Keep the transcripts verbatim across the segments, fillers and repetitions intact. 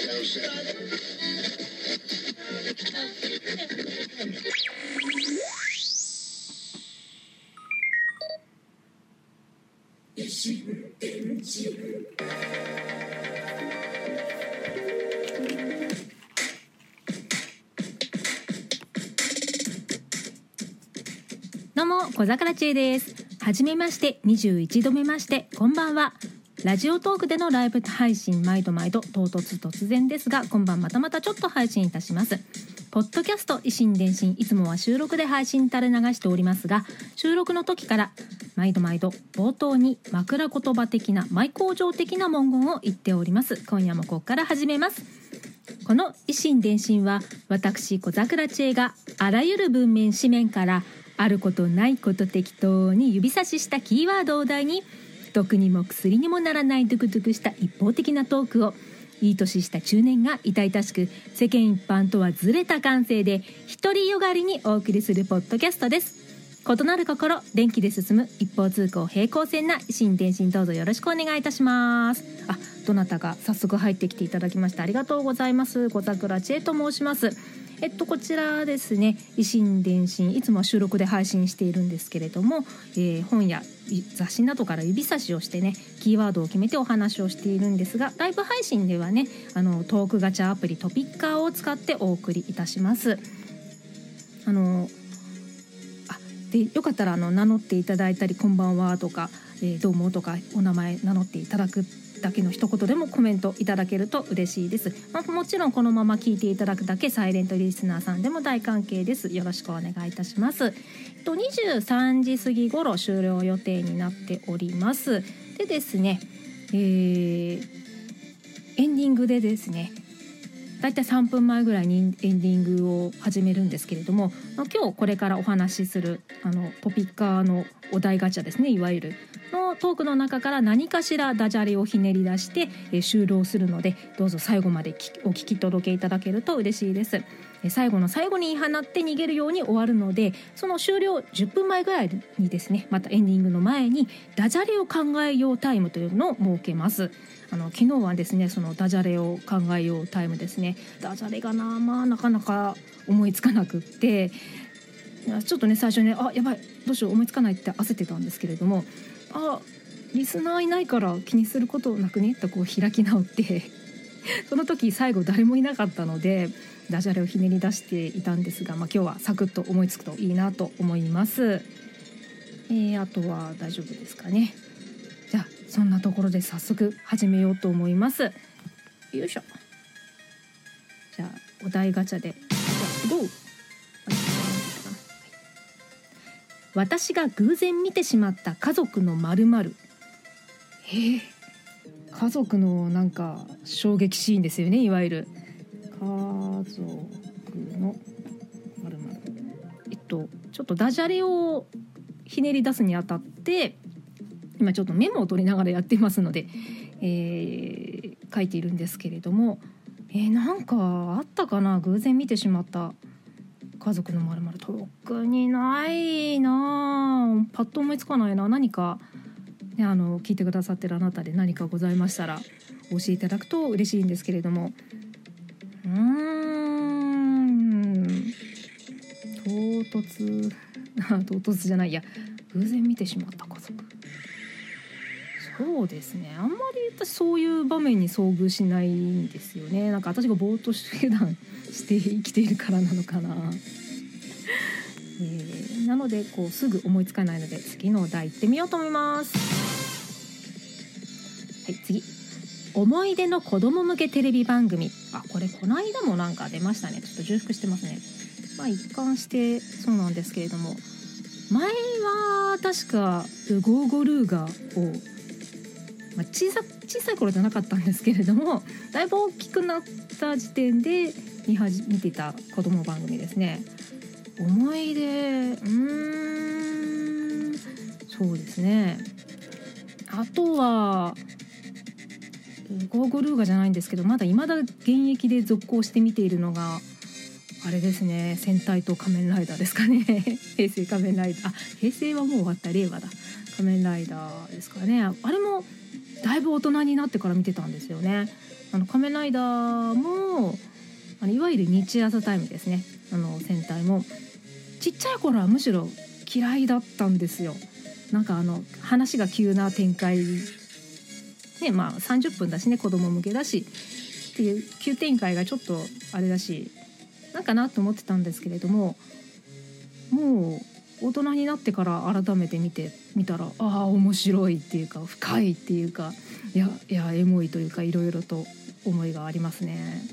どうも小桜知恵です。はじめまして、にじゅういちどめまして、こんばんは。ラジオトークでのライブ配信、毎度毎度唐突突然ですが、今晩またまたちょっと配信いたします。ポッドキャスト維新伝心、いつもは収録で配信垂れ流しておりますが、収録の時から毎度毎度冒頭に枕言葉的な舞工場的な文言を言っております。今夜もここから始めます。この維新伝心は、私小桜知恵があらゆる文面紙面からあることないこと適当に指差ししたキーワードを題に、毒にも薬にもならないドゥクドゥクした一方的なトークを、いい年した中年が痛々しく世間一般とはずれた感性で独りよがりにお送りするポッドキャストです。異なる心、電気で進む一方通行平行線な維新伝心、どうぞよろしくお願いいたします。あ、どなたか早速入ってきていただきましてありがとうございます。小桜知恵と申します。えっとこちらですね、維新伝心、いつもは収録で配信しているんですけれども、えー、本や雑誌などから指差しをしてね、キーワードを決めてお話をしているんですが、ライブ配信ではね、あのトークガチャアプリトピッカーを使ってお送りいたします。あのあでよかったらあの名乗っていただいたり、こんばんはとか、えー、どうもとか、お名前名乗っていただくだけの一言でもコメントいただけると嬉しいです。まあ、もちろんこのまま聞いていただくだけサイレントリスナーさんでも大歓迎です。よろしくお願いいたします。えっと、にじゅうさんじ過ぎ頃終了予定になっております。でですね、えー、エンディングでですね、だいたいさんぷんまえぐらいにエンディングを始めるんですけれども、今日これからお話しするあのトピッカーのお題ガチャですね、いわゆるのトークの中から何かしらダジャレをひねり出して、えー、終了するので、どうぞ最後までお聞き届けいただけると嬉しいです。えー、最後の最後に言い放って逃げるように終わるので、その終了じゅっぷんまえぐらいにですね、またエンディングの前にダジャレを考えようタイムというのを設けます。あの昨日はですね、そのダジャレを考えようタイムですね、ダジャレがな、まあなかなか思いつかなくって、ちょっとね最初ね、あやばいどうしよう思いつかないって焦ってたんですけれども、あリスナーいないから気にすることなくねとこう開き直ってその時最後誰もいなかったのでダジャレをひねり出していたんですが、まあ、今日はサクッと思いつくといいなと思います。えー、あとは大丈夫ですかね。じゃあそんなところで早速始めようと思います。よいしょ。じゃあお題ガチャでゴー。私が偶然見てしまった家族の〇〇。えー、家族のなんか衝撃シーンですよね、いわゆる家族の〇〇。えっとちょっとダジャレをひねり出すにあたって今ちょっとメモを取りながらやってますので、えー、書いているんですけれども、えー、なんかあったかな、偶然見てしまった家族のまるまる。特にないな、パッと思いつかないな。何か、ね、あの聞いてくださってるあなたで何かございましたら教えていただくと嬉しいんですけれども、うーん唐突唐突じゃないや偶然見てしまった家族。そうですね、あんまり私そういう場面に遭遇しないんですよね。なんか私がぼーっと普段して生きているからなのかなえー、なのでこうすぐ思いつかないので次のお題いってみようと思います。はい、次、思い出の子供向けテレビ番組。あ、これこの間もなんか出ましたね。ちょっと重複してますね。まあ一貫してそうなんですけれども、前は確かウゴーゴルーガを、まあ、小さ小さい頃じゃなかったんですけれども、だいぶ大きくなった時点で見はじ見てた子供番組ですね。思い出、うーんそうですね、あとはゴーゴルーガじゃないんですけど、まだ未だ現役で続行して見ているのがあれですね、戦隊と仮面ライダーですかね平成仮面ライダー、あ平成はもう終わった、令和だ、仮面ライダーですかね。あれもだいぶ大人になってから見てたんですよね。あの仮面ライダーもあのいわゆる日朝タイムですね、あの戦隊もちっちゃい頃はむしろ嫌いだったんですよ。なんかあの話が急な展開ね、まあさんじゅっぷんだしね、子供向けだしっていう急展開がちょっとあれだしなんかなと思ってたんですけれども、もう大人になってから改めて見てみたら、ああ面白いっていうか深いっていうか、いやいやエモいというかいろいろと思いがありますね。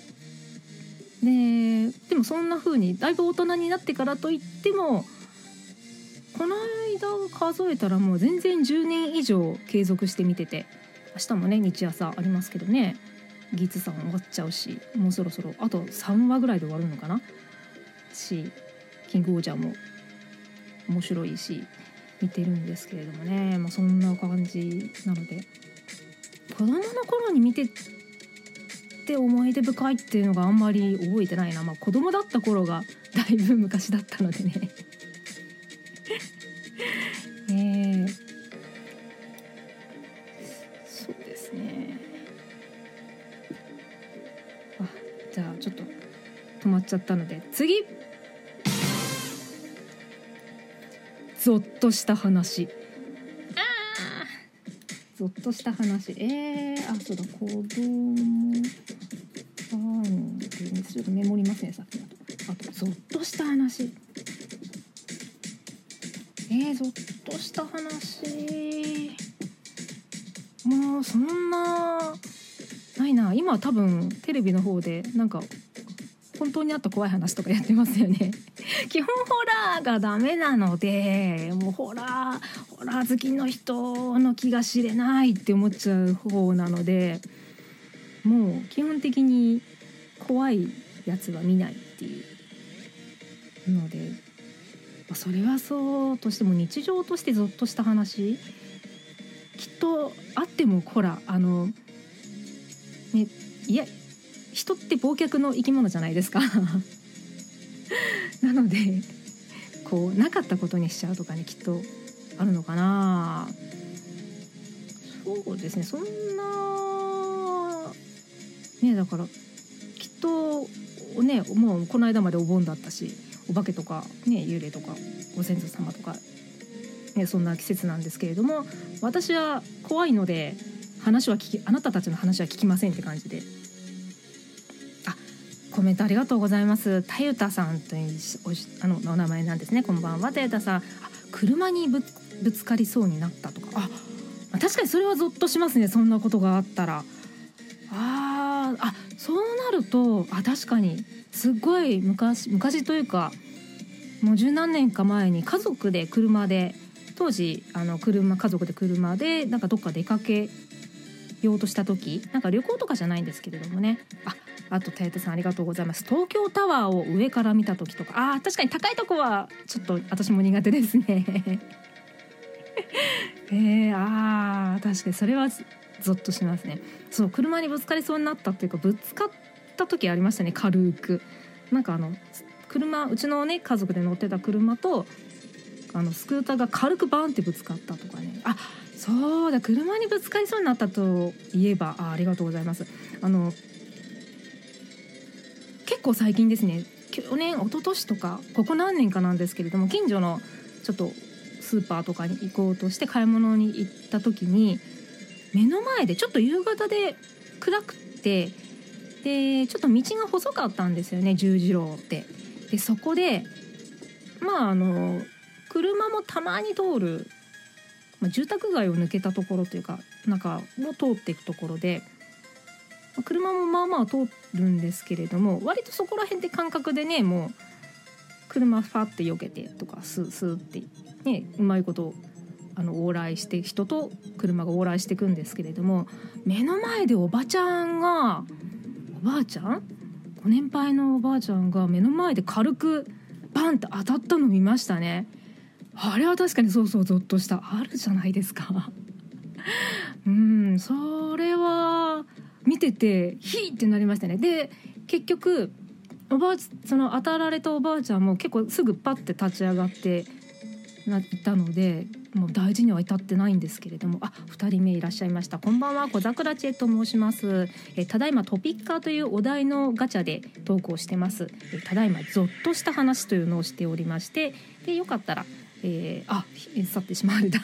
ででもそんな風にだいぶ大人になってからといっても、この間数えたらもう全然じゅうねん以上継続して見てて、明日もね日朝ありますけどね、ギーツさん終わっちゃうし、もうそろそろあとさんわぐらいで終わるのかなし、キングオージャーも面白いし見てるんですけれどもね、まあ、そんな感じなので、子供の頃に見てて思い出深いっていうのがあんまり覚えてないな。まあ子供だった頃がだいぶ昔だったのでねえー、そうですね。あ、じゃあちょっと止まっちゃったので次、ゾッとした話。あゾッとした話、えー、あそうだ、子供ファンでちょっとメモりますね、さっきのあとゾッとした話、えー、ゾッとした話、もうそんなないな。今多分テレビの方でなんか本当にあった怖い話とかやってますよね基本ホラーがダメなので、もうホラーホラー好きの人の気が知れないって思っちゃう方なので、もう基本的に怖いやつは見ないっていうので、それはそうとしても日常としてゾッとした話きっとあっても、ほらあのね、いや人って忘却の生き物じゃないですかなのでこうなかったことにしちゃうとかね、きっとあるのかな。そうですね、そんなね、だからきっとね、もうこの間までお盆だったし、お化けとかね、幽霊とかご先祖様とかね、そんな季節なんですけれども、私は怖いので話は聞き、あなたたちの話は聞きませんって感じで。あ、コメントありがとうございます。たゆたさんというあのお名前なんですね。こんばんは、たゆたさん。あ、車に ぶ, ぶつかりそうになったとか、あ、確かにそれはゾッとしますね。そんなことがあったら、ああ、そうなると、あ、確かにすっごい昔昔というかもう十何年か前に家族で車で、当時あの車家族で車でなんかどっか出かけようとした時、なんか旅行とかじゃないんですけれどもね、ああとたゆたさんありがとうございます。東京タワーを上から見た時とか、あ、確かに高いとこはちょっと私も苦手ですねえー、あー確かにそれはゾッとしますね。そう、車にぶつかりそうになったっていうか、ぶつかった時ありましたね、軽く。なんかあの車、うちのね家族で乗ってた車とあのスクーターが軽くバーンってぶつかったとかね。あ、そうだ、車にぶつかりそうになったといえば、 あ, ありがとうございます。あの結構最近ですね、去年一昨年とかここ何年かなんですけれども、近所のちょっとスーパーとかに行こうとして買い物に行った時に、目の前でちょっと夕方で暗くて、でちょっと道が細かったんですよね、十字路で。でそこでまああの車もたまに通る、まあ、住宅街を抜けたところというか中を通っていくところで、まあ、車もまあまあ通るんですけれども、割とそこら辺で感覚でね、もう車ファって避けてとかスースーってね、うまいことあの往来して、人と車が往来していくんですけれども、目の前でおばちゃんがおばあちゃんご年配のおばあちゃんが目の前で軽くバンって当たったの見ましたね。あれは確かにそうそうゾッとした。あるじゃないですかうん、それは見ててヒーってなりましたね。で結局おばあその当たられたおばあちゃんも結構すぐパッて立ち上がってなったので、 もう大事には至ってないんですけれども、あ、ふたりめいらっしゃいました。こんばんは、小桜知恵と申します。えただいまトピッカーというお題のガチャで投稿してます。えただいまゾッとした話というのをしておりまして、でよかったら、えー、あ去ってしまわれた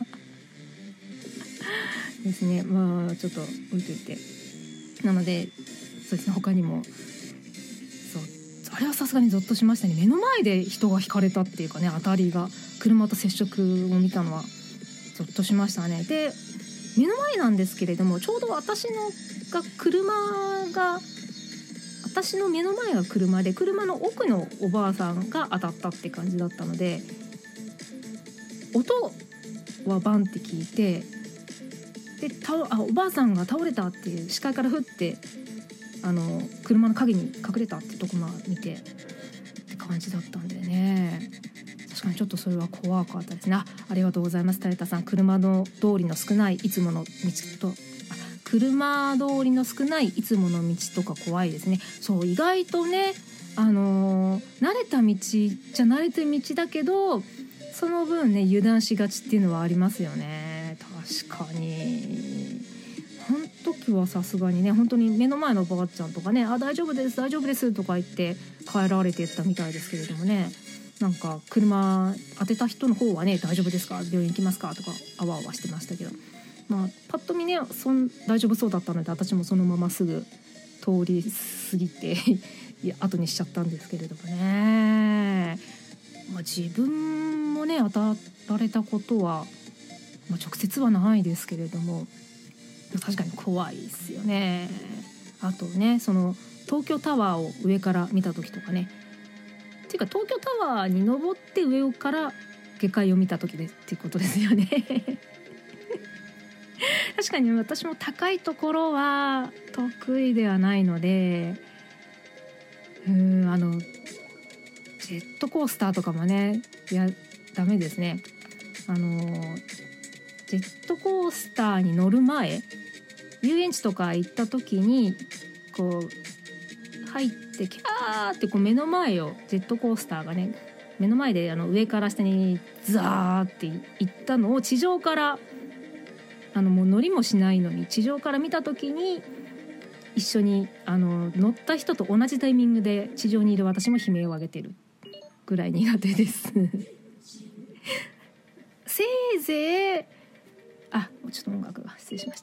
ですね。まあちょっと置いといて、なのでそうですね、他にもそうあれはさすがにゾッとしましたね。目の前で人がひかれたっていうかね、当たりが車と接触を見たのはゾッとしましたね。で目の前なんですけれども、ちょうど私のが車が私の目の前が車で、車の奥のおばあさんが当たったって感じだったので、音はバンって聞いて、でたあおばあさんが倒れたっていう視界からふってあの車の陰に隠れたってとこまで見てって感じだったんでね、確かにちょっとそれは怖かったですね。 あ, ありがとうございます。タレタさん、車の通りの少ないいつもの道とあ車通りの少ないいつもの道とか怖いですね。そう意外とね、あのー、慣れた道じゃ慣れた道だけどその分ね油断しがちっていうのはありますよね。確かにこの時はさすがにね、本当に目の前のおばあちゃんとかね、あ大丈夫です大丈夫ですとか言って帰られていったみたいですけれどもね、なんか車当てた人の方はね、大丈夫ですか、病院行きますかとかあわあわしてましたけど、まあパッと見ねそん大丈夫そうだったので、私もそのまますぐ通り過ぎていや後にしちゃったんですけれどもね、まあ、自分もね当たられたことは、まあ、直接はないですけれども、確かに怖いですよね。あとね、その東京タワーを上から見た時とかね、っていうか東京タワーに登って上から下界を見た時でっていうことですよね確かに私も高いところは得意ではないので、うーんあのジェットコースターとかもね、いやダメですね。あのジェットコースターに乗る前、遊園地とか行った時にこう入ってキャーってこう目の前をジェットコースターがね目の前であの上から下にザーって行ったのを地上からあのもう乗りもしないのに地上から見た時に一緒にあの乗った人と同じタイミングで地上にいる私も悲鳴を上げてるぐらい苦手ですせいぜいあちょっと音楽が失礼しました。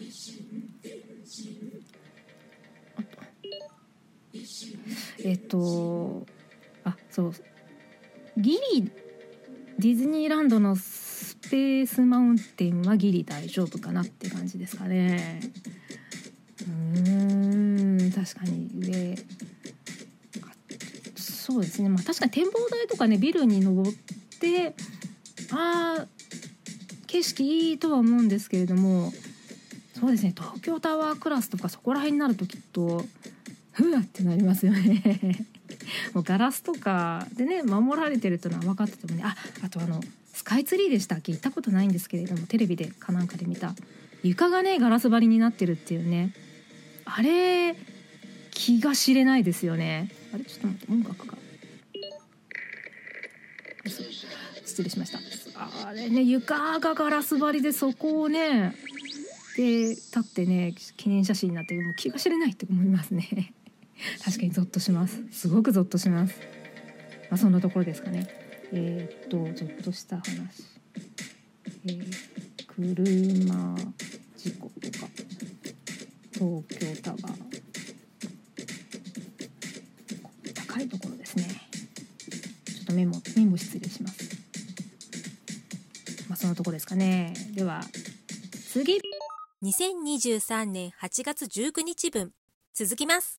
えっとあそうギリディズニーランドのスペースマウンテンはギリ大丈夫かなって感じですかね。うーん確かに上そうですね、まあ、確かに展望台とかねビルに登ってあ景色いいとは思うんですけれども、そうですね東京タワークラスとかそこら辺になるときっとふわってなりますよねもうガラスとかでね守られてるというのは分かっててもね、ああとあのスカイツリーでしたっけ、行ったことないんですけれどもテレビでかなんかで見た床がねガラス張りになってるっていうね、あれ気が知れないですよね。あれちょっと待って音楽が失礼しました。あれね床がガラス張りでそこをねで立ってね記念写真になってもう気が知れないって思いますね確かにゾッとします。すごくゾッとします。まあ、そんなところですかね。えー、っとゾッとした話、えー、車事故とか東京タワー高いところですね。ちょっとメモメモ失礼します。まあそのところですかね。では次にせんにじゅうさんねんはちがつじゅうくにちぶん続きます。